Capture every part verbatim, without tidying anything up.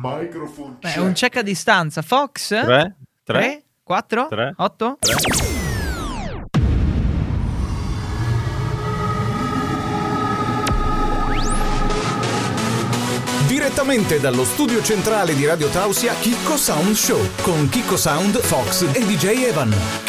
Microphone Beh, check. un check a distanza. Fox? tre, tre, quattro, tre, otto. tre. Direttamente dallo studio centrale di Radio Tausia, Chicco Sound Show con Chicco Sound, Fox e D J Evan.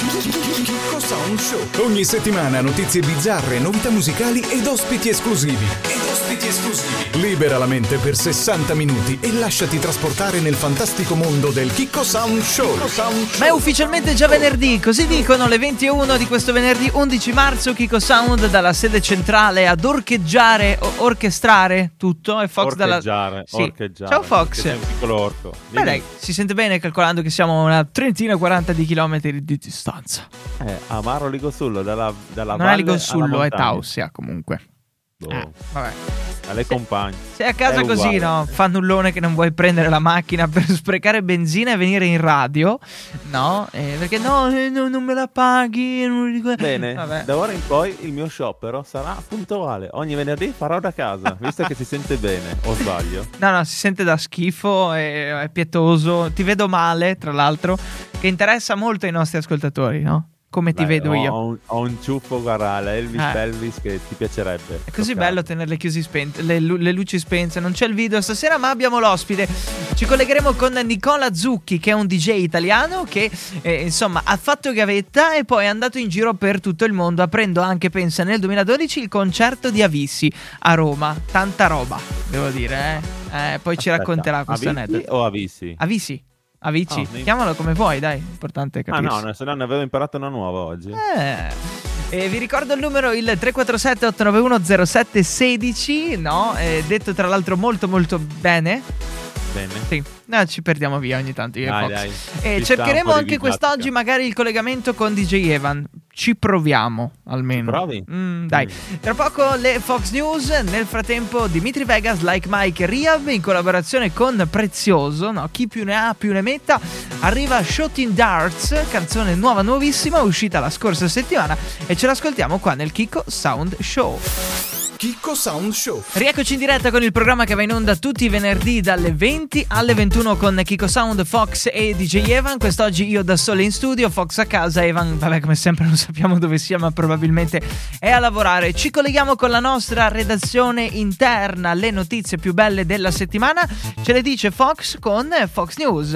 Chicco Sound Show. Ogni settimana notizie bizzarre, novità musicali ed ospiti esclusivi. Ed ospiti esclusivi. Libera la mente per sessanta minuti e lasciati trasportare nel fantastico mondo del Chicco Sound Show. Chicco Sound Show. Ma è ufficialmente già venerdì, così dicono le venti e uno di questo venerdì undici marzo. Chicco Sound dalla sede centrale ad orcheggiare, o- orchestrare tutto e Fox dalla... Sì. Orcheggiare. Ciao Fox. Sei un piccolo orco. Beh dai, si sente bene calcolando che siamo a una trentina, quaranta di chilometri di distanza. Eh, Amaro Ligossullo, dalla, dalla Non valle è Ligossullo, alla è montagna. Tausia comunque. Boh. Eh, vabbè. Alle compagne. Sei a casa È così, uguale. no? Fannullone che non vuoi prendere la macchina per sprecare benzina e venire in radio, no? Eh, perché no, eh, no, non me la paghi. Non mi ricordo. Bene, Vabbè. da ora in poi il mio sciopero sarà puntuale. Ogni venerdì farò da casa, visto che si sente bene, o sbaglio? No, no, si sente da schifo, è, è pietoso. Ti vedo male, tra l'altro, che interessa molto ai nostri ascoltatori, no? Come ti Beh, vedo ho, io. Ho un, ho un ciuffo, guarda, la Elvis Eh. Pelvis che ti piacerebbe. È così toccare. bello tenerle chiusi spente, le, lu- le luci spente. Non c'è il video stasera, ma abbiamo l'ospite. Ci collegheremo con Nicola Zucchi, che è un D J italiano che eh, insomma ha fatto gavetta e poi è andato in giro per tutto il mondo, aprendo anche, pensa, nel duemiladodici il concerto di Avicii a Roma. Tanta roba, devo dire, eh. Eh, poi ci Aspetta, racconterà questo Avicii aneddoto. o Avicii? Avicii. Avicii, Oh, ne- chiamalo come vuoi, dai, importante Ah capirsi. no, se no ne avevo imparato una nuova oggi. Eh. E vi ricordo il numero, il tre quattro sette otto nove uno zero sette uno sei, no? Eh, detto tra l'altro molto molto bene. Bene. Sì, no, ci perdiamo via ogni tanto io e Dai, Fox. dai. E Ci sta un cercheremo po' di anche ginastica. quest'oggi magari il collegamento con D J Evan. Ci proviamo almeno. Ci provi? Mm, dai. Mm. Tra poco le Fox News. Nel frattempo Dimitri Vegas, Like Mike, Rehab in collaborazione con Prezioso, no? Chi più ne ha più ne metta. Arriva Shooting Darts, canzone nuova nuovissima, uscita la scorsa settimana, e ce l'ascoltiamo qua nel Chicco Sound Show. Chicco Sound Show. Rieccoci in diretta con il programma che va in onda tutti i venerdì dalle venti alle ventuno con Chicco Sound, Fox e D J Evan. Quest'oggi io da solo in studio, Fox a casa, Evan, vabbè, come sempre non sappiamo dove sia, ma probabilmente è a lavorare. Ci colleghiamo con la nostra redazione interna, le notizie più belle della settimana ce le dice Fox con Fox News.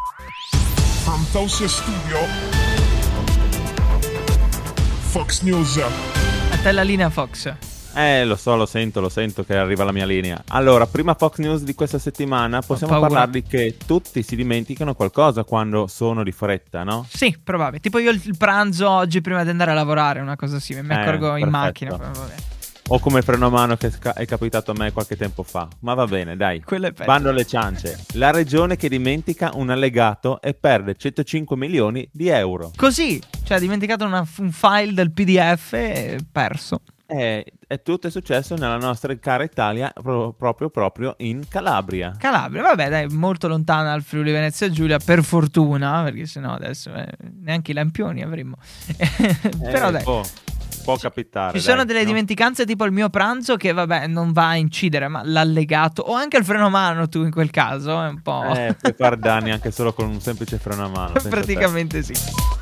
From Tausia Studio, Fox News. A te la linea, Fox. Eh, lo so, lo sento, lo sento che arriva la mia linea. Allora, prima Fox News di questa settimana, possiamo paura. parlarvi che tutti si dimenticano qualcosa quando sono di fretta, no? Sì, probabile. Tipo io il il pranzo oggi prima di andare a lavorare, una cosa simile. Mi Eh, accorgo in perfetto. macchina. però vabbè. O come il freno a mano che sca- è capitato a me qualche tempo fa. Ma va bene, dai. Quello è peggio. Bando alle ciance. La regione che dimentica un allegato e perde centocinque milioni di euro. Così, cioè ha dimenticato una- un file del P D F e perso. E, e tutto è successo nella nostra cara Italia, pro- proprio proprio in Calabria. Calabria, vabbè, dai, molto lontana dal Friuli Venezia Giulia, per fortuna, perché sennò adesso eh, neanche i lampioni avremmo. Però Eh, dai. Può, può capitare. Ci sono dai, delle no? dimenticanze tipo il mio pranzo che vabbè non va a incidere, ma l'allegato o anche il freno a mano tu in quel caso è un po'... Eh, puoi fare danni anche solo con un semplice freno a mano. pensa te. praticamente sì.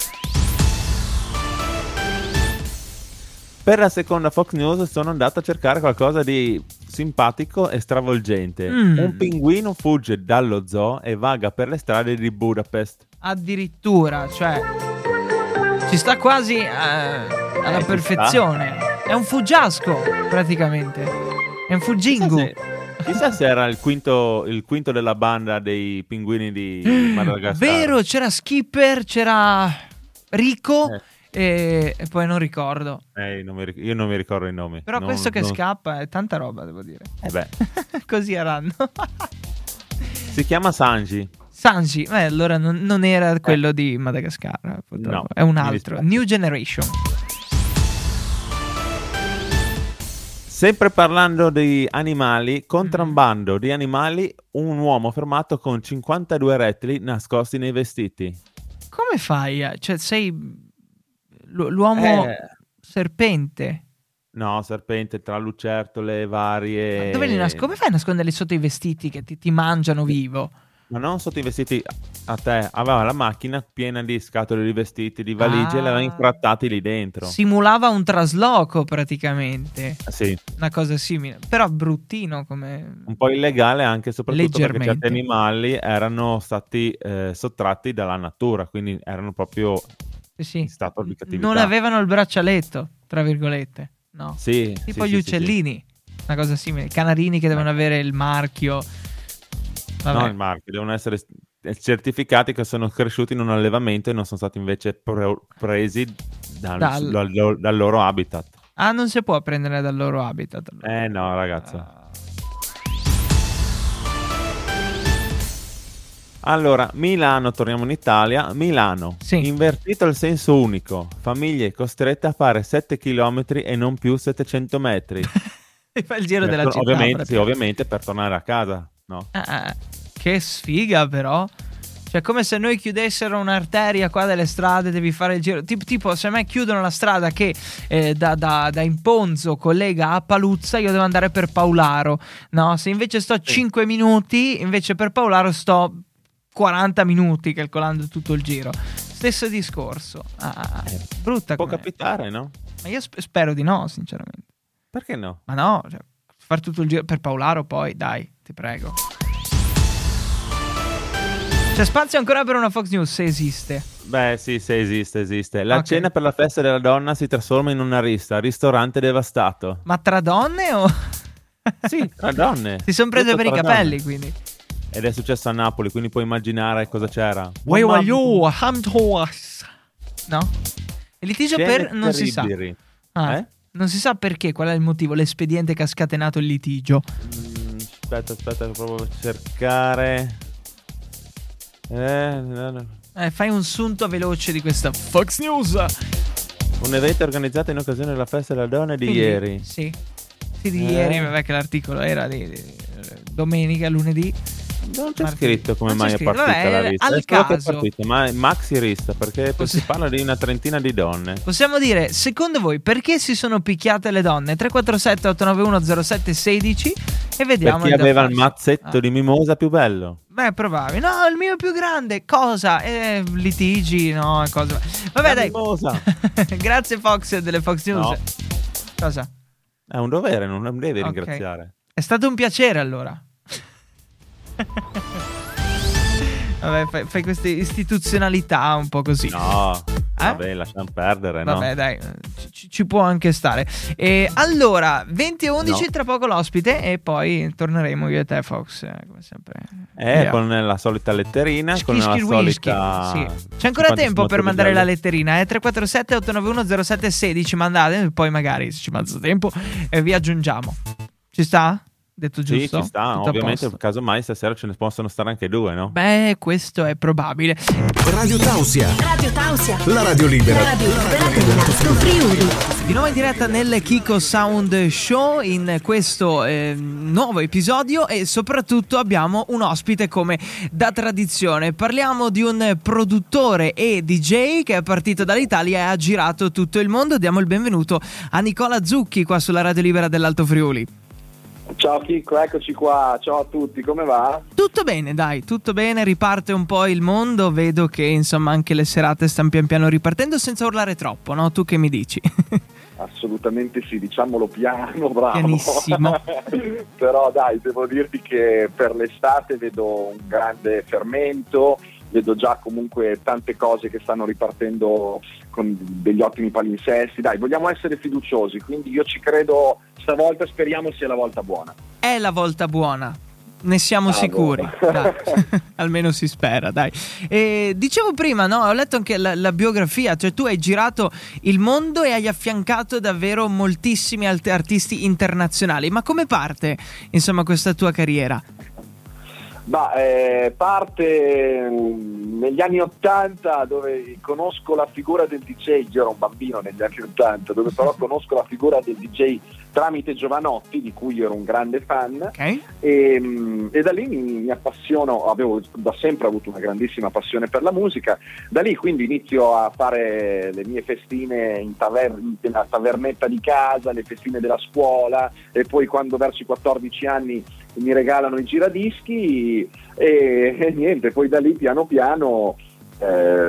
Per la seconda Fox News sono andato a cercare qualcosa di simpatico e stravolgente. Mm. Un pinguino fugge dallo zoo e vaga per le strade di Budapest. Addirittura, cioè ci sta quasi eh, alla Eh, ci perfezione. È un fuggiasco praticamente. È un fuggingu. Chissà se, chissà se era il quinto, il quinto della banda dei pinguini di Madagascar. Vero, c'era Skipper, c'era Rico Eh. e, e poi non ricordo. Eh, non mi ric- io non mi ricordo i nomi. Però Non- questo che non- scappa è tanta roba, devo dire. Eh beh, Così erano. si chiama Sanji. Sanji, eh, allora non, non era quello di Madagascar, purtroppo. No, È un mi altro. dispiace. New Generation. Sempre parlando di animali, contrabbando di animali, un uomo fermato con cinquantadue rettili nascosti nei vestiti. Come fai? a- Cioè, sei l'u- l'uomo Eh. serpente. No, serpente tra lucertole varie. Ma dove li nas- Come fai a nasconderli sotto i vestiti che ti, ti mangiano vivo? Ma non sotto i vestiti a te, aveva la macchina piena di scatole di vestiti, di valigie, Ah. e le aveva infrattati lì dentro. Simulava un trasloco praticamente, Sì, una cosa simile, però bruttino come... un po' illegale anche e soprattutto perché certi Leggermente. animali erano stati eh, sottratti dalla natura, quindi erano proprio Sì, sì. in stato di cattività. Non avevano il braccialetto, tra virgolette, no? Sì, Tipo sì, gli sì, sì, sì. uccellini, una cosa simile, i canarini che devono avere il marchio. Vabbè. No, il marchio, devono essere s- certificati che sono cresciuti in un allevamento e non sono stati invece pre- presi dal, Dal- dal- dal loro habitat. Ah, non si può prendere dal loro habitat. allora. Eh no, ragazzo. Ah. Allora, Milano, torniamo in Italia. Milano, Sì. invertito il senso unico. Famiglie costrette a fare sette chilometri e non più settecento metri. E fa il giro Per della tor- città. ovviamente, sì, praticamente. ovviamente per tornare a casa, no? Ah, ah, che sfiga però. Cioè come se noi chiudessero un'arteria qua delle strade, devi fare il giro. Tipo, tipo se a me chiudono la strada che eh, da, da, da Imponzo collega a Paluzza, io devo andare per Paolaro. No, se invece sto cinque minuti, invece per Paolaro sto quaranta minuti calcolando tutto il giro. Stesso discorso. Ah, ah, ah. Eh, Brutta Può com'è. capitare, no? Ma io sp- spero di no, sinceramente. Perché no? Ma no, cioè, far tutto il giro per Paolaro poi, dai, ti prego. C'è spazio ancora per una Fox News, se esiste. Beh, sì, sì, esiste, esiste. La Ok. cena per la festa della donna si trasforma in una rissa, ristorante devastato. Ma tra donne o... Sì, tra donne. Si sono prese Tutto per i tra capelli, donne. quindi. Ed è successo a Napoli, quindi puoi immaginare cosa c'era. Wai Mamma- wayu, hamtoas. No? Il litigio Scene per... non si sa. terribili. Ah, Eh? non si sa perché, qual è il motivo, l'espediente che ha scatenato il litigio. Mm, aspetta, aspetta, provo a cercare. Eh, no, no. Eh, fai un sunto veloce di questa Fox News. Un evento organizzato in occasione della festa della donna di Quindi, ieri. Sì. Sì, di Eh. ieri, vabbè che l'articolo era di, di- domenica, lunedì. Non c'è Martedì. scritto come Non c'è mai è scritto. partita Vabbè, la lista. al È solo che è caso. partita, ma è maxi rissa, perché Possi- si parla di una trentina di donne. Possiamo dire, secondo voi, perché si sono picchiate le donne? tre quattro sette otto nove uno zero sette uno sei e vediamo Per chi il da aveva il farsi. mazzetto Ah. di mimosa più bello. Beh, è probabile. No, il mio è più grande. Cosa? Eh, litigi, no, cosa. Vabbè, La dai. mimosa. Grazie Fox delle Fox News. No. Cosa? È un dovere, non devi Ok. ringraziare. È stato un piacere allora. Vabbè, fai, fai queste istituzionalità un po' così. No, Eh? vabbè, lasciamo perdere, no? Vabbè, dai, ci, ci può anche stare. E allora, venti e undici, No. tra poco l'ospite, e poi torneremo io e te, Fox, eh, come sempre. Eh, Via. con la solita letterina, con la Schishki whisky. solita... Sì. C'è ancora cinquanta tempo per sfumature mandare gialle. la letterina, eh? tre quattro sette otto nove uno zero sette uno sei, mandate, poi magari se ci mazza tempo e vi aggiungiamo. Ci sta? Detto Sì, giusto? ci sta, Tutto a ovviamente, posto. casomai stasera ce ne possono stare anche due, no? Beh, questo è probabile. Radio Tausia, Radio Tausia. la radio libera. La radio libera dell'Alto Friuli. Di nuovo in diretta nel Kiko Sound Show in questo eh, nuovo episodio e soprattutto abbiamo un ospite come da tradizione. Parliamo di un produttore e D J che è partito dall'Italia e ha girato tutto il mondo. Diamo il benvenuto a Nicola Zucchi qua sulla Radio Libera dell'Alto Friuli. Ciao Chicco, eccoci qua, ciao a tutti, come va? Tutto bene, dai, tutto bene, riparte un po' il mondo, vedo che insomma anche le serate stanno pian piano ripartendo senza urlare troppo, no? Tu che mi dici? Assolutamente sì, diciamolo piano, bravo. Pianissimo. Però dai, devo dirti che per l'estate vedo un grande fermento, vedo già comunque tante cose che stanno ripartendo con degli ottimi palinsesti. Dai, vogliamo essere fiduciosi, quindi io ci credo stavolta, speriamo sia la volta buona. È la volta buona. Ne siamo Ah, sicuri, boh. dai. Almeno si spera, dai. E dicevo prima, no, ho letto anche la, la biografia, cioè tu hai girato il mondo e hai affiancato davvero moltissimi alt- artisti internazionali. Ma come parte, insomma, questa tua carriera? Ma eh, parte mm, negli anni ottanta, dove conosco la figura del D J, io ero un bambino negli anni ottanta, dove però conosco la figura del D J tramite Giovanotti, di cui io ero un grande fan, Ok. e, e da lì mi, mi appassiono, avevo da sempre avuto una grandissima passione per la musica, da lì quindi inizio a fare le mie festine in taver- nella tavernetta di casa, le festine della scuola, e poi quando verso i quattordici anni mi regalano i giradischi e, e niente, poi da lì piano piano eh,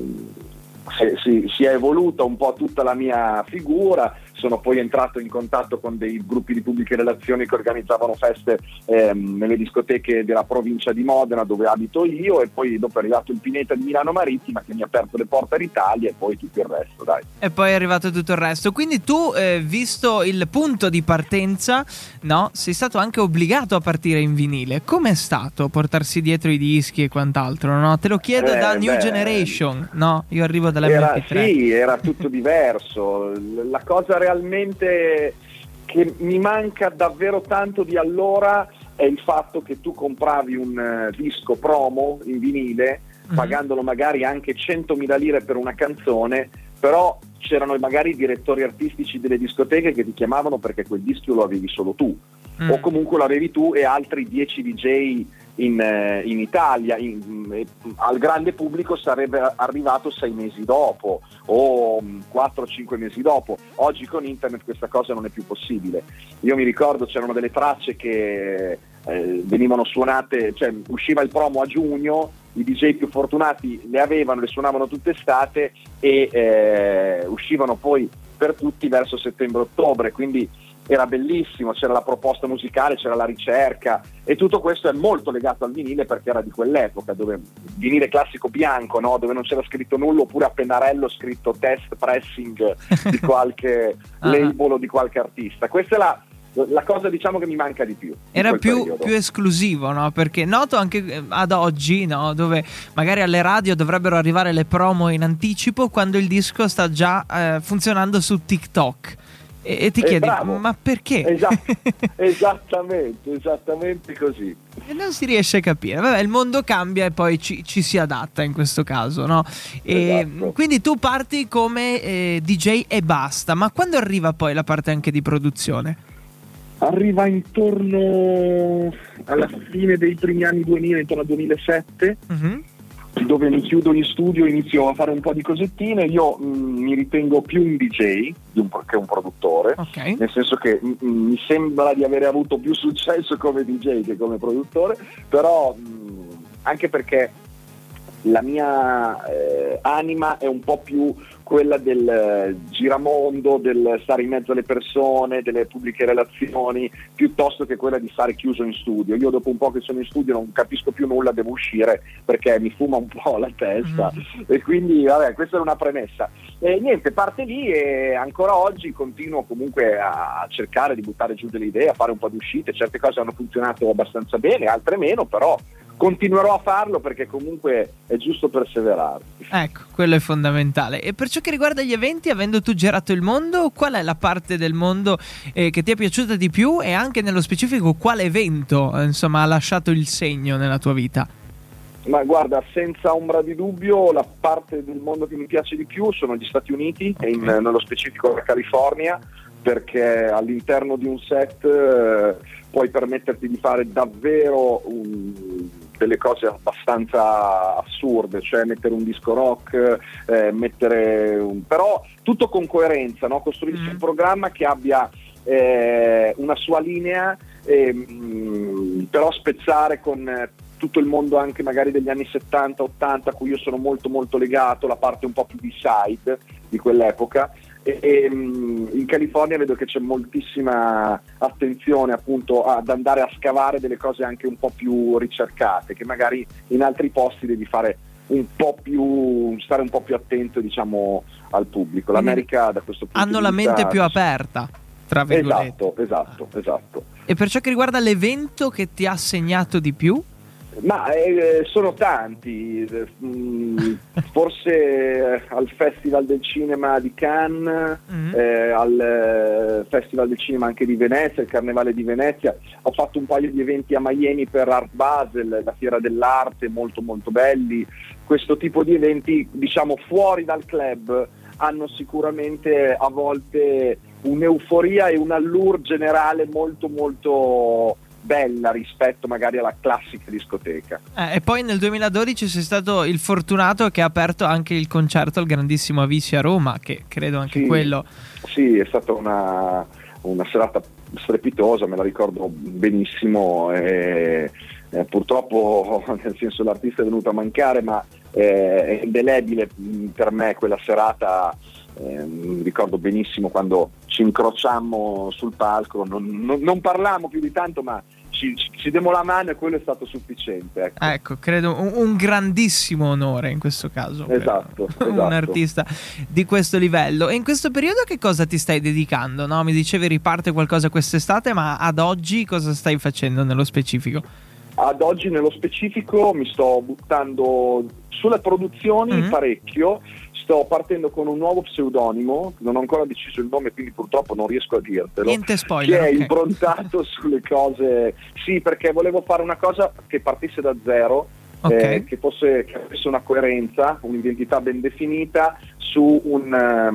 si, si, si è evoluta un po' tutta la mia figura. Sono poi entrato in contatto con dei gruppi di pubbliche relazioni che organizzavano feste ehm, nelle discoteche della provincia di Modena, dove abito io, e poi dopo è arrivato il Pineta di Milano Marittima, che mi ha aperto le porte all'Italia, e poi tutto il resto, dai. E poi è arrivato tutto il resto. Quindi tu, eh, visto il punto di partenza, no, sei stato anche obbligato a partire in vinile. Com'è stato portarsi dietro i dischi e quant'altro, no? Te lo chiedo Eh, da New beh, Generation, no? Io arrivo dalla Era, M P tre. sì, era tutto diverso. La cosa realmente che mi manca davvero tanto di allora è il fatto che tu compravi un uh, disco promo in vinile, mm-hmm. pagandolo magari anche centomila lire per una canzone, però c'erano magari i direttori artistici delle discoteche che ti chiamavano perché quel disco lo avevi solo tu, mm. o comunque lo avevi tu e altri dieci D J in, eh, in Italia. In, eh, al grande pubblico sarebbe arrivato sei mesi dopo o quattro cinque mesi dopo. Oggi con internet questa cosa non è più possibile. Io mi ricordo c'erano delle tracce che eh, venivano suonate, cioè usciva il promo a giugno, i D J più fortunati le avevano, le suonavano tutte estate e eh, uscivano poi per tutti verso settembre-ottobre, quindi era bellissimo, c'era la proposta musicale, c'era la ricerca, e tutto questo è molto legato al vinile perché era di quell'epoca, dove vinile classico bianco, no? Dove non c'era scritto nulla, oppure a pennarello scritto test pressing di qualche label o di qualche artista. Questa è la la cosa, diciamo, che mi manca di più. Era più, più esclusivo, no? Perché noto anche ad oggi, no? Dove magari alle radio dovrebbero arrivare le promo in anticipo quando il disco sta già eh, funzionando su TikTok. E, e ti eh, chiedi, bravo. ma perché? Esatto, esattamente, esattamente così. E non si riesce a capire. Vabbè, il mondo cambia e poi ci, ci si adatta in questo caso, no? E Esatto. quindi tu parti come eh, D J e basta, ma quando arriva poi la parte anche di produzione? Arriva intorno alla fine dei primi anni duemila, intorno al duemilasette, Mm-hmm. dove mi chiudo in studio, inizio a fare un po' di cosettine. Io mh, mi ritengo più un D J di un, che un produttore, Ok. nel senso che mh, mi sembra di avere avuto più successo come D J che come produttore, però mh, anche perché la mia eh, anima è un po' più quella del eh, giramondo, del stare in mezzo alle persone, delle pubbliche relazioni, piuttosto che quella di stare chiuso in studio. Io dopo un po' che sono in studio non capisco più nulla, devo uscire perché mi fuma un po' la testa, mm. e quindi vabbè, questa è una premessa. E niente, parte lì e ancora oggi continuo comunque a cercare di buttare giù delle idee, a fare un po' di uscite. Certe cose hanno funzionato abbastanza bene, altre meno, però continuerò a farlo perché comunque è giusto perseverare. Ecco, quello è fondamentale. E per ciò che riguarda gli eventi, avendo tu girato il mondo, qual è la parte del mondo eh, che ti è piaciuta di più, e anche nello specifico quale evento eh, insomma ha lasciato il segno nella tua vita? Ma guarda, senza ombra di dubbio la parte del mondo che mi piace di più sono gli Stati Uniti, okay. e in, nello specifico la California, perché all'interno di un set eh, puoi permetterti di fare davvero un, delle cose abbastanza assurde, cioè mettere un disco rock, eh, mettere un, però tutto con coerenza, no? Costruirsi mm. un programma che abbia eh, una sua linea, eh, mh, però spezzare con eh, tutto il mondo anche magari degli anni settanta ottanta, a cui io sono molto molto legato, la parte un po' più di side di quell'epoca. E, e in California vedo che c'è moltissima attenzione appunto ad andare a scavare delle cose anche un po' più ricercate, che magari in altri posti devi fare un po' più, stare un po' più attento, diciamo, al pubblico. L'America da questo punto hanno di la vista mente più aperta, tra virgolette. Esatto, esatto, esatto. E per ciò che riguarda l'evento che ti ha segnato di più? Ma eh, sono tanti, mm, forse eh, al Festival del Cinema di Cannes, mm-hmm. eh, al eh, Festival del Cinema anche di Venezia, il Carnevale di Venezia. Ho fatto un paio di eventi a Miami per Art Basel, la fiera dell'arte, molto molto belli. Questo tipo di eventi, diciamo, fuori dal club hanno sicuramente a volte un'euforia e un allure generale molto molto bella rispetto magari alla classica discoteca. Eh, e poi nel duemiladodici sei stato il fortunato che ha aperto anche il concerto al grandissimo Avicii a Roma, che credo anche Sì, quello... Sì, è stata una, una serata strepitosa, me la ricordo benissimo, e, eh, purtroppo nel senso l'artista è venuto a mancare, ma eh, è indelebile per me quella serata. Eh, ricordo benissimo quando ci incrociammo sul palco, non, non, non parlammo più di tanto, ma ci, ci, ci demmo la mano e quello è stato sufficiente. Ecco, Ecco, credo un, un grandissimo onore in questo caso. per Esatto, Un esatto. artista di questo livello. E in questo periodo che cosa ti stai dedicando? No? Mi dicevi riparte qualcosa quest'estate, ma ad oggi cosa stai facendo nello specifico? Ad oggi nello specifico mi sto buttando sulle produzioni Mm. parecchio, sto partendo con un nuovo pseudonimo, non ho ancora deciso il nome quindi purtroppo non riesco a dirtelo, Niente spoiler, che è ok. improntato sulle cose, sì, perché volevo fare una cosa che partisse da zero, Ok. eh, che fosse che avesse una coerenza, un'identità ben definita su un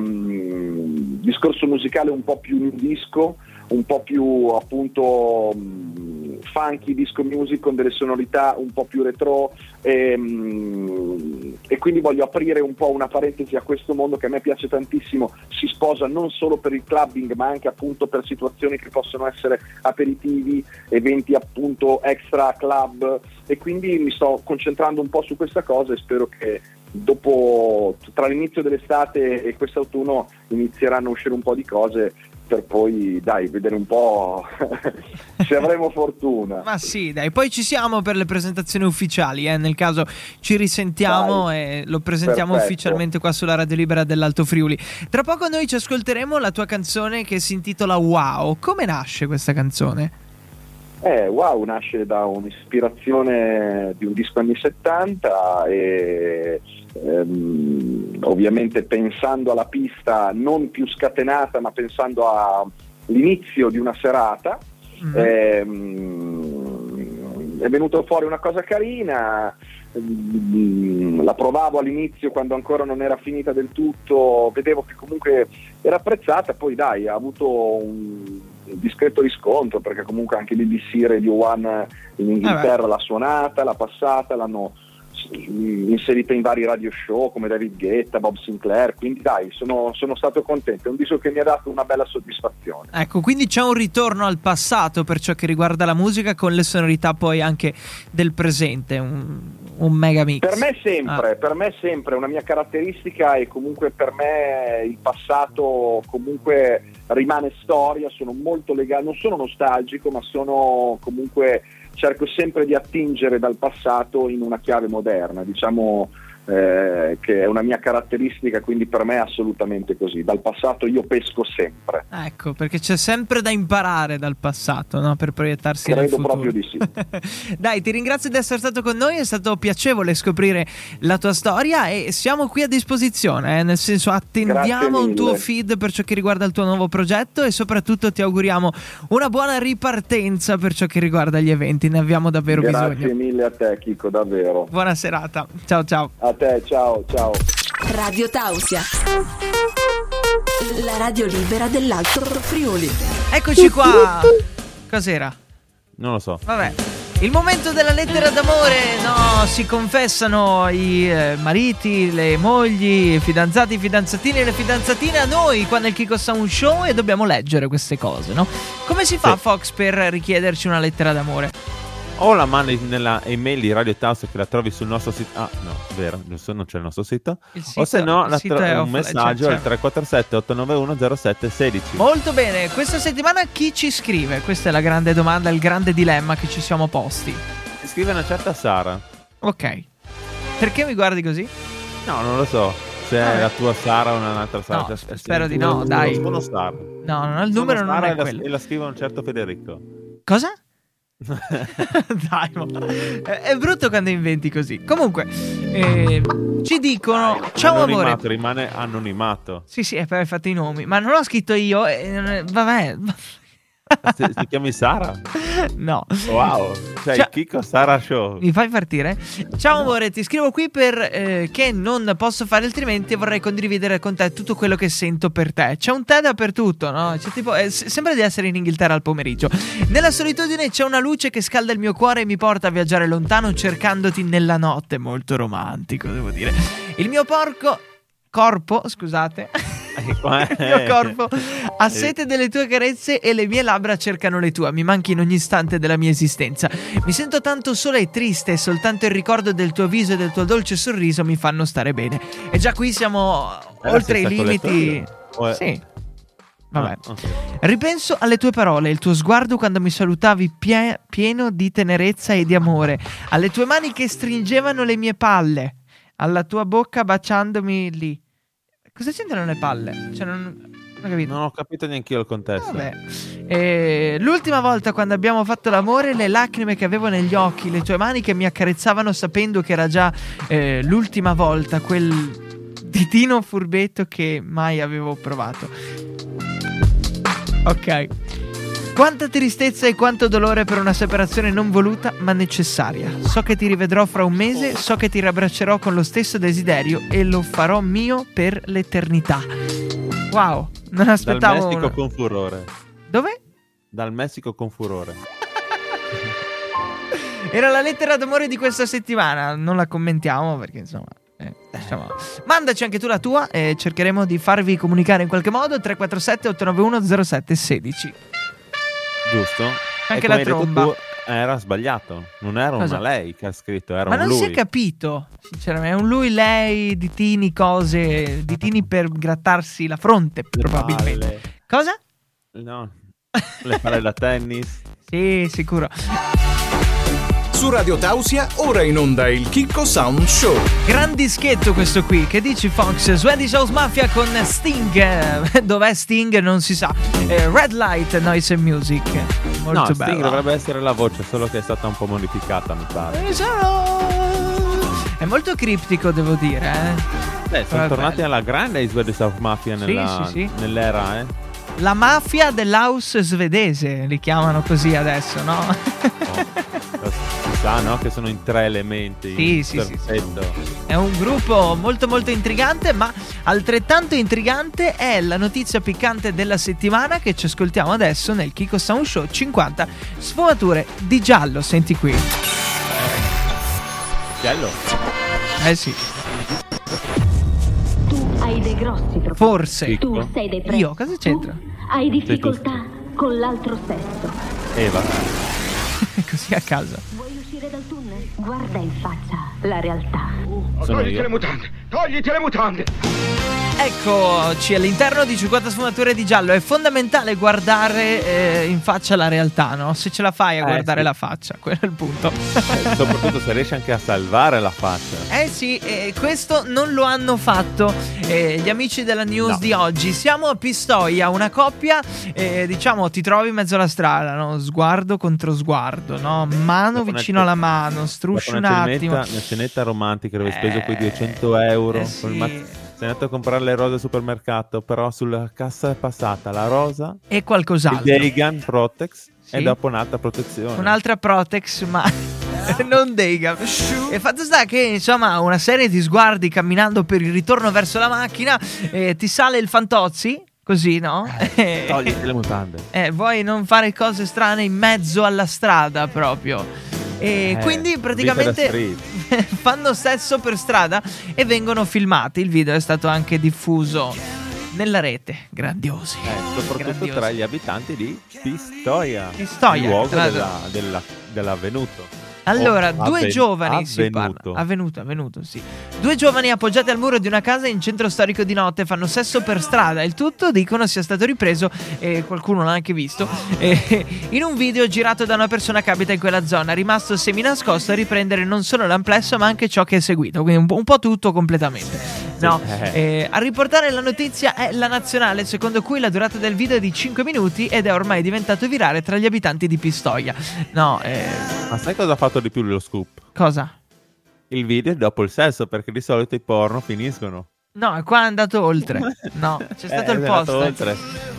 um, discorso musicale un po' più disco, un po' più appunto um, funky disco music con delle sonorità un po' più retro e, um, e quindi voglio aprire un po' una parentesi a questo mondo che a me piace tantissimo, si sposa non solo per il clubbing ma anche appunto per situazioni che possono essere aperitivi, eventi appunto extra club, e quindi mi sto concentrando un po' su questa cosa e spero che dopo, tra l'inizio dell'estate e quest'autunno, inizieranno a uscire un po' di cose per poi dai vedere un po' se avremo fortuna. Ma sì, dai, poi ci siamo per le presentazioni ufficiali, eh? Nel caso ci risentiamo Dai. e lo presentiamo Perfetto. ufficialmente qua sulla Radio Libera dell'Alto Friuli. Tra poco noi ci ascolteremo la tua canzone che si intitola Wow. Come nasce questa canzone? Eh, Wow nasce da un'ispirazione di un disco anni settanta e ehm, ovviamente pensando alla pista non più scatenata ma pensando all'inizio di una serata. Mm. ehm, è venuto fuori una cosa carina, ehm, la provavo all'inizio quando ancora non era finita del tutto, vedevo che comunque era apprezzata, poi dai ha avuto un discreto riscontro perché comunque anche B B C Radio One in Inghilterra Eh l'ha suonata, l'ha passata, l'hanno inserita in vari radio show come David Guetta, Bob Sinclair, quindi dai sono, sono stato contento, è un disco che mi ha dato una bella soddisfazione. Ecco, quindi c'è un ritorno al passato per ciò che riguarda la musica con le sonorità poi anche del presente, un, un mega mix. Per me sempre, Ah. per me sempre una mia caratteristica e comunque per me il passato comunque rimane storia, sono molto legato, non sono nostalgico ma sono comunque, cerco sempre di attingere dal passato in una chiave moderna, diciamo eh, che è una mia caratteristica, quindi per me è assolutamente così, dal passato io pesco sempre. Ecco, perché c'è sempre da imparare dal passato, no? Per proiettarsi nel Credo futuro. proprio di sì. Dai, ti ringrazio di essere stato con noi, è stato piacevole scoprire la tua storia e siamo qui a disposizione, eh? Nel senso attendiamo Grazie un mille. tuo feed per ciò che riguarda il tuo nuovo progetto e soprattutto ti auguriamo una buona ripartenza per ciò che riguarda gli eventi, ne abbiamo davvero Grazie bisogno. mille a te Chico, davvero. Buona serata, ciao ciao. A te, ciao, ciao. Radio Tausia, la radio libera dell'Alto Friuli. Eccoci qua. Cos'era? Non lo so. Vabbè, il momento della lettera d'amore, no, si confessano i eh, mariti, le mogli, i fidanzati, i fidanzatini e le fidanzatine a noi qua nel Kiko Sound Show e dobbiamo leggere queste cose, no? Come si fa, Sì. Fox, per richiederci una lettera d'amore? O la mandi nella email di Radio Tausia che la trovi sul nostro sito. Ah, no, vero, giusto, non c'è il nostro sito. Il sito- o se no, il la sito tra- è un off- messaggio c'è- al tre quattro sette otto nove uno zero sette uno sei. Molto bene, questa settimana chi ci scrive? Questa è la grande domanda, il grande dilemma che ci siamo posti. Si scrive una certa Sara. Ok, perché mi guardi così? No, non lo so. Se Vabbè. è la tua Sara o un'altra Sara. No, Cioè, sp- eh, spero sì, di no, sono- dai. Sono Sara. No, no, il Sono numero non Sara è e la- quello. E la scrive un certo Federico. Cosa? Dai, mo. È è brutto quando inventi così. Comunque, eh, ci dicono: ciao amore. Anonimato, rimane anonimato. Sì, sì, hai fatto i nomi, ma non l'ho scritto io. eh, non è- vabbè. Se, ti chiami Sara? No. Wow, cioè Ciao. il Chicco Sara Show. Mi fai partire? Ciao amore, ti scrivo qui per eh, che non posso fare altrimenti e vorrei condividere con te tutto quello che sento per te. C'è un tè dappertutto, no? C'è tipo, eh, s- sembra di essere in Inghilterra al pomeriggio. Nella solitudine c'è una luce che scalda il mio cuore e mi porta a viaggiare lontano cercandoti nella notte. Molto romantico, devo dire. Il mio porco corpo, scusate. Il mio corpo ha sete delle tue carezze e le mie labbra cercano le tue. Mi manchi in ogni istante della mia esistenza. Mi sento tanto sola e triste e soltanto il ricordo del tuo viso e del tuo dolce sorriso mi fanno stare bene. E già qui siamo È oltre i la stessa limiti. O è- Sì. Vabbè. Ah, ok. Ripenso alle tue parole, il tuo sguardo quando mi salutavi pie- pieno di tenerezza e di amore, alle tue mani che stringevano le mie palle, alla tua bocca baciandomi lì. Cosa c'entrano le palle? Cioè, non, non ho capito. Non ho capito neanche io il contesto. Vabbè. E l'ultima volta quando abbiamo fatto l'amore, le lacrime che avevo negli occhi, le tue mani che mi accarezzavano sapendo che era già eh, l'ultima volta, quel ditino furbetto che mai avevo provato. Ok. Quanta tristezza e quanto dolore per una separazione non voluta ma necessaria. So che ti rivedrò fra un mese, so che ti riabbraccerò con lo stesso desiderio e lo farò mio per l'eternità. Wow, non Dal aspettavo. Messico una- con furore. Dove? Dal Messico con furore. Era la lettera d'amore di questa settimana. Non la commentiamo perché insomma eh, diciamo. Mandaci anche tu la tua e cercheremo di farvi comunicare in qualche modo. Tre quattro sette otto nove uno zero sette uno sei. Giusto? Anche E come la hai detto tromba. tu, era sbagliato. Non era Cosa? una lei che ha scritto, era Ma un non lui. si è capito, sinceramente. È un lui, lei, ditini, cose, ditini per grattarsi la fronte, Le probabilmente. palle. Cosa? No. Le palle da tennis. Sì, sicuro. Su Radio Tausia, ora in onda il Chicco Sound Show. Gran dischetto questo qui. Che dici, Fox? Swedish House Mafia con Sting. Eh, Dov'è Sting? Non si sa. Eh, Red Light, Noise and Music. Molto No, bello. Sting dovrebbe essere la voce, solo che è stata un po' modificata, mi pare. Eh, sarà- È molto criptico, devo dire. Eh. Eh, sono Vabbè. tornati alla grande i Swedish House Mafia nella, sì, sì. nell'era, eh. La mafia dell'house svedese, li chiamano così adesso, no? Oh, si sa, no? Che sono in tre elementi. Sì, sì, sì, perfetto. È un gruppo molto molto intrigante, ma altrettanto intrigante è la notizia piccante della settimana che ci ascoltiamo adesso nel Chicco Sound Show. Cinquanta sfumature di giallo, senti qui. Bello. Eh sì, Tu hai dei grossi problemi. forse. Sì. Tu sei depresso. Io, cosa c'entra? Tu hai difficoltà con l'altro sesso. Eva. Così a caso. Vuoi uscire dal tunnel? Guarda in faccia la realtà. Sono io. mutande! Togliti le mutande! Eccoci all'interno di cinquanta sfumature di giallo. È fondamentale guardare eh, in faccia la realtà, no? Se ce la fai a Eh, guardare sì. la faccia, quello è il punto. Eh, soprattutto se riesci anche a salvare la faccia. Eh sì, eh, questo non lo hanno fatto eh, gli amici della news No. di oggi. Siamo a Pistoia, una coppia, eh, diciamo, ti trovi in mezzo alla strada, no? Sguardo contro sguardo, no? Mano Dopo una vicino ce- alla mano, strusci Dopo un una attimo. cenetta, una cenetta romantica dove hai speso Eh, quei duecento euro. eh col sì. mazz- sei andato a comprare le rose al supermercato, però sulla cassa è passata la rosa, E il qualcos'altro. Deigan Protex Sì. e dopo un'altra protezione. Un'altra Protex, ma non Deiga. E fatto sta che, insomma, una serie di sguardi camminando per il ritorno verso la macchina, eh, ti sale il Fantozzi, così, no? Eh, Togliti le mutande. Eh, vuoi non fare cose strane in mezzo alla strada proprio. E Eh, quindi vita praticamente da street. fanno sesso per strada e vengono filmati. Il video è stato anche diffuso nella rete. Grandiosi. Eh, soprattutto Grandiosi. tra gli abitanti di Pistoia, Pistoia, il luogo tra l'altro. della, della- dell'avvenuto. Allora, Oh, due avven- giovani si avvenuto. parla. Avvenuto, avvenuto, sì. Due giovani appoggiati al muro di una casa in centro storico di notte fanno sesso per strada. Il tutto dicono sia stato ripreso, e qualcuno l'ha anche visto, eh, in un video girato da una persona che abita in quella zona, rimasto seminascosto a riprendere non solo l'amplesso ma anche ciò che è seguito. Quindi un po', un po' tutto completamente. No, eh, a riportare la notizia è La Nazionale, secondo cui la durata del video è di cinque minuti ed è ormai diventato virale tra gli abitanti di Pistoia. No, eh, Ma sai cosa ha fatto di più lo scoop? cosa? Il video dopo il sesso, perché di solito i porno finiscono. No, qua è andato oltre. No, c'è stato Eh, il è andato post. oltre.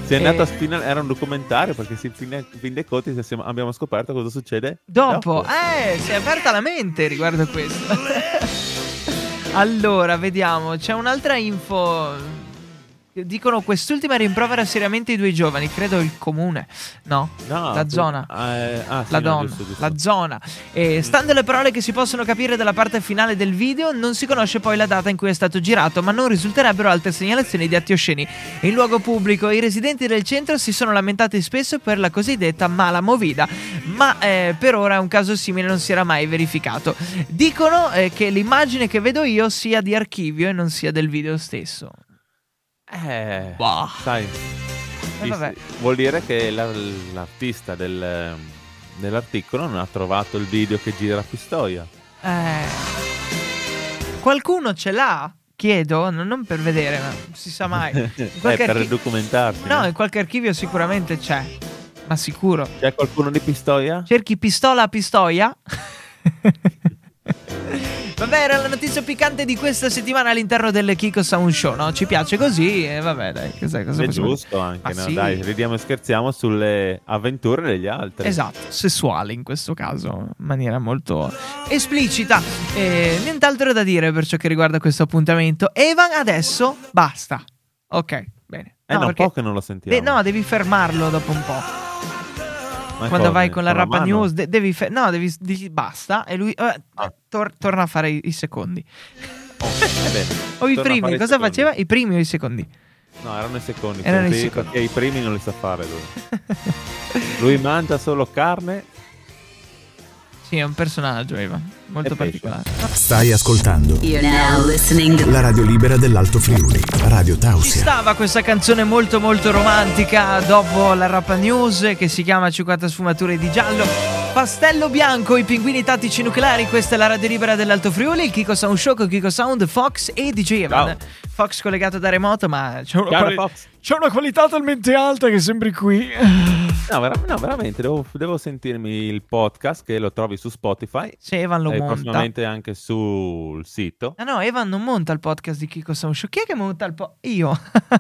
Sei andato E- a spinare, era un documentario perché si fin dei, fin dei conti se siamo- abbiamo scoperto cosa succede Dopo, eh, si è aperta la mente riguardo questo. Allora, vediamo, c'è un'altra info. Dicono quest'ultima rimprovera seriamente i due giovani, credo il comune, no? No, la tu- zona. eh, ah, sì, La no, donna, giusto, giusto. la zona. E stando alle parole che si possono capire dalla parte finale del video, non si conosce poi la data in cui è stato girato, ma non risulterebbero altre segnalazioni di atti osceni. In luogo pubblico, i residenti del centro si sono lamentati spesso per la cosiddetta mala movida, ma eh, per ora un caso simile non si era mai verificato. Dicono eh, che l'immagine che vedo io sia di archivio e non sia del video stesso. Eh, Bah. sai, Eh, vabbè. vuol dire che la- l'artista del, dell'articolo non ha trovato il video che gira a Pistoia. Eh, qualcuno ce l'ha? Chiedo, non non per vedere, ma non si sa mai. In Eh, qualche per archi- documentarsi. No, in qualche archivio sicuramente c'è, ma sicuro. C'è qualcuno di Pistoia? Cerchi pistola a Pistoia. Vabbè, era la notizia piccante di questa settimana all'interno del Kiko Sound Show, no? Ci piace così e vabbè, dai, cos'è, cosa È possiamo dire? giusto anche, Ma no? sì. Dai, ridiamo e scherziamo sulle avventure degli altri. Esatto, sessuale in questo caso, in maniera molto esplicita. E nient'altro da dire per ciò che riguarda questo appuntamento. Evan, adesso basta. Ok, bene. Eh, no, un perché- po' che non lo sentiamo. de- no, devi fermarlo dopo un po'. Ma Quando come? vai con la Rapa mano? News, de- devi fe- no, devi dici basta e lui eh, Ah. tor- torna a fare i, i secondi. Oh, va bene. O i Torna a primi, fare i cosa secondi. faceva? I primi o i secondi? No, erano i secondi. Erano i perché- secondi. Perché i primi non li sa fare lui. Lui mangia solo carne. Sì, è un personaggio, Evan, molto E pesce. particolare. Stai ascoltando You're now listening to la radio libera dell'Alto Friuli, Radio Ci Tausia. stava questa canzone molto molto romantica dopo la Rapa News che si chiama cinquanta sfumature di giallo. Pastello bianco, i pinguini tattici nucleari, questa è la radio libera dell'Alto Friuli, il Kiko Sound Show con Kiko Sound, Fox e D J Evan. Ciao. Fox collegato da remoto, ma c'è una, Ciao, quali- Fox. c'è una qualità talmente alta che sembri qui. No, vera- no, veramente, devo, devo sentirmi il podcast che lo trovi su Spotify Se Evan lo e monta. prossimamente anche sul sito. Ah no, Evan non monta il podcast di Kiko Sound Show. Chi è che monta il podcast? Io.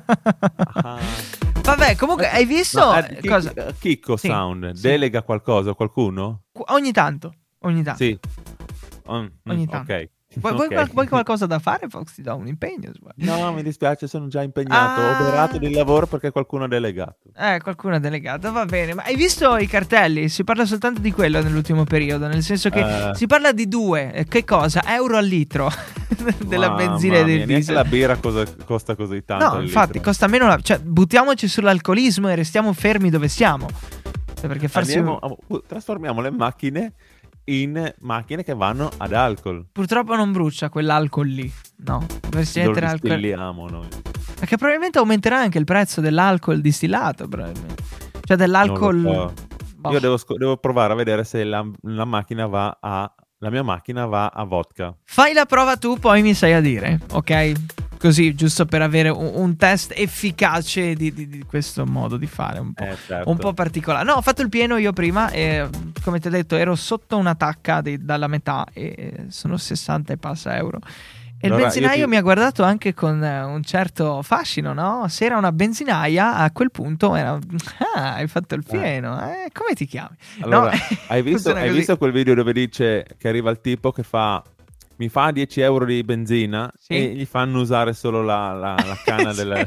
Ah. Vabbè, comunque hai visto No, eh, Chi- cosa? eh, Chicco Sì, Sound sì. delega qualcosa a qualcuno? Qu- Ogni tanto, ogni tanto. Sì. Mm, Ogni mm, tanto. Ok. Vuoi, vuoi Ok. qual- vuoi qualcosa da fare, Fox? Ti do un impegno. guarda. No, mi dispiace, sono già impegnato. Ah. Ho operato di lavoro perché qualcuno ha delegato. Eh, qualcuno ha delegato, va bene. Ma hai visto i cartelli? Si parla soltanto di quello nell'ultimo periodo. Nel senso che Eh. si parla di due. eh, Che cosa? Euro al litro della Mamma benzina e del mia, neanche diesel. la birra cosa- costa così tanto. No, al infatti, litro. costa meno. La... Cioè, buttiamoci sull'alcolismo e restiamo fermi dove siamo. Cioè, Perché farsi. Andiamo a- uh, trasformiamo le macchine in macchine che vanno ad alcol. Purtroppo non brucia quell'alcol lì. No, dovresti Lo mettere alcol. distilliamo noi. Perché probabilmente aumenterà anche il prezzo dell'alcol distillato. Probabilmente. Cioè, dell'alcol. Non lo so. Boh. Io devo, sco- devo provare a vedere se la, la macchina va a la mia macchina va a vodka. Fai la prova tu, poi mi sai a dire, ok? Così, giusto per avere un, un test efficace di, di- di questo modo di fare, un po', Eh, certo. un po' particolare. No, ho fatto il pieno io prima e, come ti ho detto, ero sotto una tacca di- dalla metà e sono sessanta e passa euro. E il Allora, io benzinaio ti- mi ha guardato anche con eh, un certo fascino, no? Se era una benzinaia, a quel punto era... Ah, hai fatto il pieno, eh? Come ti chiami? Allora, No, hai, visto, funziona hai così. visto quel video dove dice che arriva il tipo che fa mi fa dieci euro di benzina Sì. e gli fanno usare solo la, la- la canna del...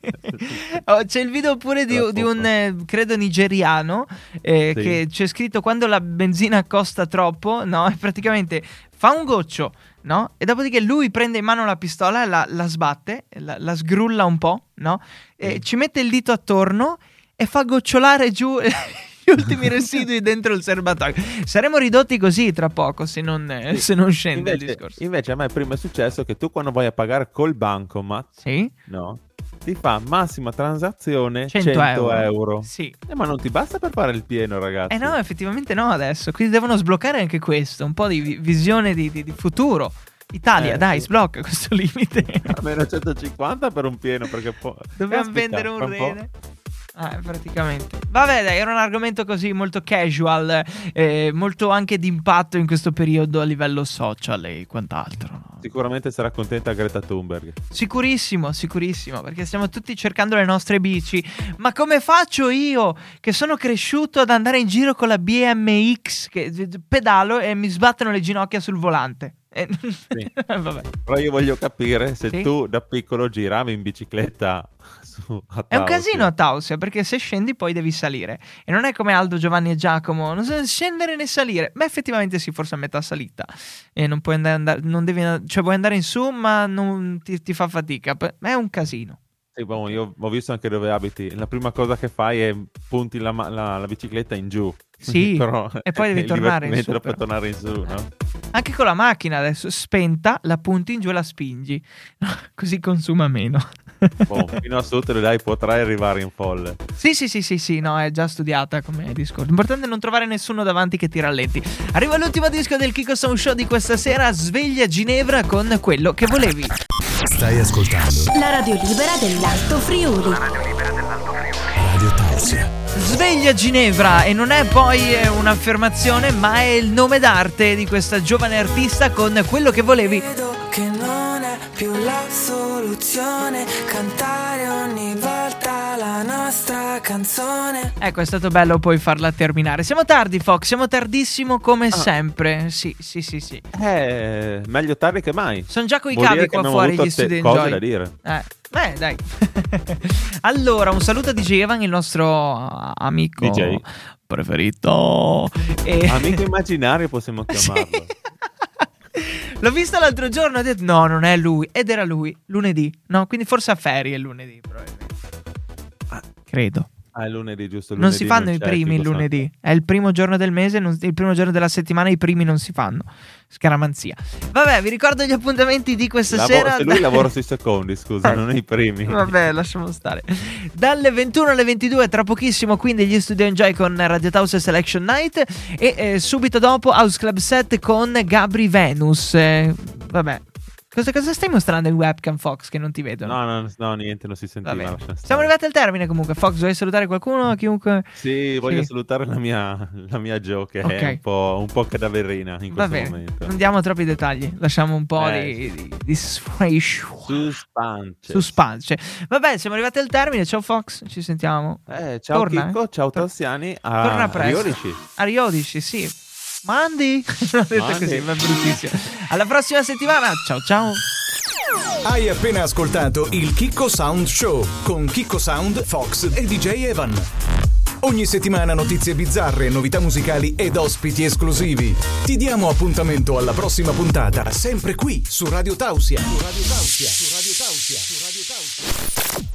Oh, c'è il video pure di, Della di un, poppa. eh, credo, nigeriano, eh, Sì. che c'è scritto quando la benzina costa troppo, no? E praticamente fa un goccio, no? E dopodiché lui prende in mano la pistola e la, la sbatte, la, la sgrulla un po', no? E Sì. ci mette il dito attorno e fa gocciolare giù gli ultimi residui dentro il serbatoio. Saremo ridotti così tra poco se non, eh, Sì. se non scende il Invece, discorso. invece a me prima è successo che tu quando vai a pagare col bancomat, Sì? no? Ti fa massima transazione cento, cento, euro. euro. Sì. Eh, ma non ti basta per fare il pieno, ragazzi. Eh no, effettivamente no adesso, quindi devono sbloccare anche questo, un po' di vi- visione di, di- di futuro. Italia, Eh, dai, sì. sblocca questo limite. Almeno centocinquanta per un pieno perché poi... Dobbiamo Caspita, vendere un fra po'. rene. Ah, praticamente. Vabbè, dai, era un argomento così molto casual, eh, molto anche d'impatto in questo periodo a livello social e quant'altro. No? Sicuramente sarà contenta Greta Thunberg. Sicurissimo, sicurissimo, perché stiamo tutti cercando le nostre bici. Ma come faccio io, che sono cresciuto ad andare in giro con la B M X, che pedalo e mi sbattono le ginocchia sul volante? Eh, Sì. Vabbè. Però io voglio capire se Sì? tu da piccolo giravi in bicicletta su a È un Tausia. casino a Tausia, perché se scendi poi devi salire. E non è come Aldo, Giovanni e Giacomo, non so scendere né salire. Ma effettivamente sì, forse a metà salita. E non puoi andare, andare non devi, cioè puoi andare in su, ma non ti, ti fa fatica. È un casino. Sì, boh, io ho visto anche dove abiti. La prima cosa che fai è punti la, ma- la- la bicicletta in giù. Sì, Però e poi devi il tornare in divertimento su, è per però. tornare in su, no? Anche con la macchina adesso, spenta, la punti in giù e la spingi. Così consuma meno. Boh, fino a su te lo dai, potrai arrivare in folle. Sì, sì, sì, sì, sì, no, è già studiata come discorso. L'importante è non trovare nessuno davanti che ti rallenti. Arriva l'ultimo disco del Chicco Sound Show di questa sera, Sveglia Ginevra con Quello che volevi. Stai ascoltando La radio libera dell'Alto Friuli. Radio Tausia. Sveglia Ginevra, e non è poi eh, un'affermazione, ma è il nome d'arte di questa giovane artista con Quello che volevi. Credo che non è più la soluzione cantare ogni volta la nostra canzone. Ecco, è stato bello poi farla terminare. Siamo tardi, Fox, siamo tardissimo come Ah. sempre. Sì, sì, sì, sì. Eh, meglio tardi che mai. Sono già coi Vuol cavi dire che qua abbiamo fuori avuto gli te- Studio cose Enjoy. da dire. Eh, beh, dai. Allora, un saluto a D J Evan, il nostro amico D J. preferito. E... Amico immaginario possiamo Sì. chiamarlo. L'ho visto l'altro giorno e ho detto no, non è lui. Ed era lui, lunedì. No, quindi forse a ferie lunedì, probabilmente. Credo. Ah, è lunedì, giusto? Non Lunedì si fanno i c'è, primi il Chicco Sound. lunedì. È il primo giorno del mese, non- il primo giorno della settimana, i primi non si fanno. Scaramanzia. Vabbè, vi ricordo gli appuntamenti di questa Lavora- sera. se lui lavora sui secondi, scusa, non i primi. Vabbè, lasciamo stare. Dalle ventuno alle ventidue, tra pochissimo, quindi gli Studio Enjoy con Radio Tausia Selection Night. E eh, subito dopo House Club set con Gabri Venus. Eh, vabbè. Cosa, cosa stai mostrando in webcam, Fox, che non ti vedono? No, no, no, niente, non si sentiva. Va bene. lascia stare. Siamo arrivati al termine comunque. Fox, vuoi salutare qualcuno? Chiunque? Sì, voglio Sì. salutare la mia, la mia Joe, che Ok. è un po', un po' cadaverina in Va questo bene, momento. non diamo troppi dettagli. Lasciamo un po' Eh, di, di, di sfresh- Suspense. suspense. Vabbè, siamo arrivati al termine. Ciao Fox, ci sentiamo. Eh, ciao Torna, Chicco, eh. ciao Tor- Tausiani. A Torna presto. Riodici. A Riodici, sì. Mandi. L'ho detto Mandi. così, ma è bruttissimo. Alla prossima settimana. Ciao ciao. Hai appena ascoltato il Chicco Sound Show con Chicco Sound, Fox e D J Evan. Ogni settimana notizie bizzarre, novità musicali ed ospiti esclusivi. Ti diamo appuntamento alla prossima puntata, sempre qui su Radio Tausia. Su Radio Tausia, su Radio Tausia, su Radio Tausia.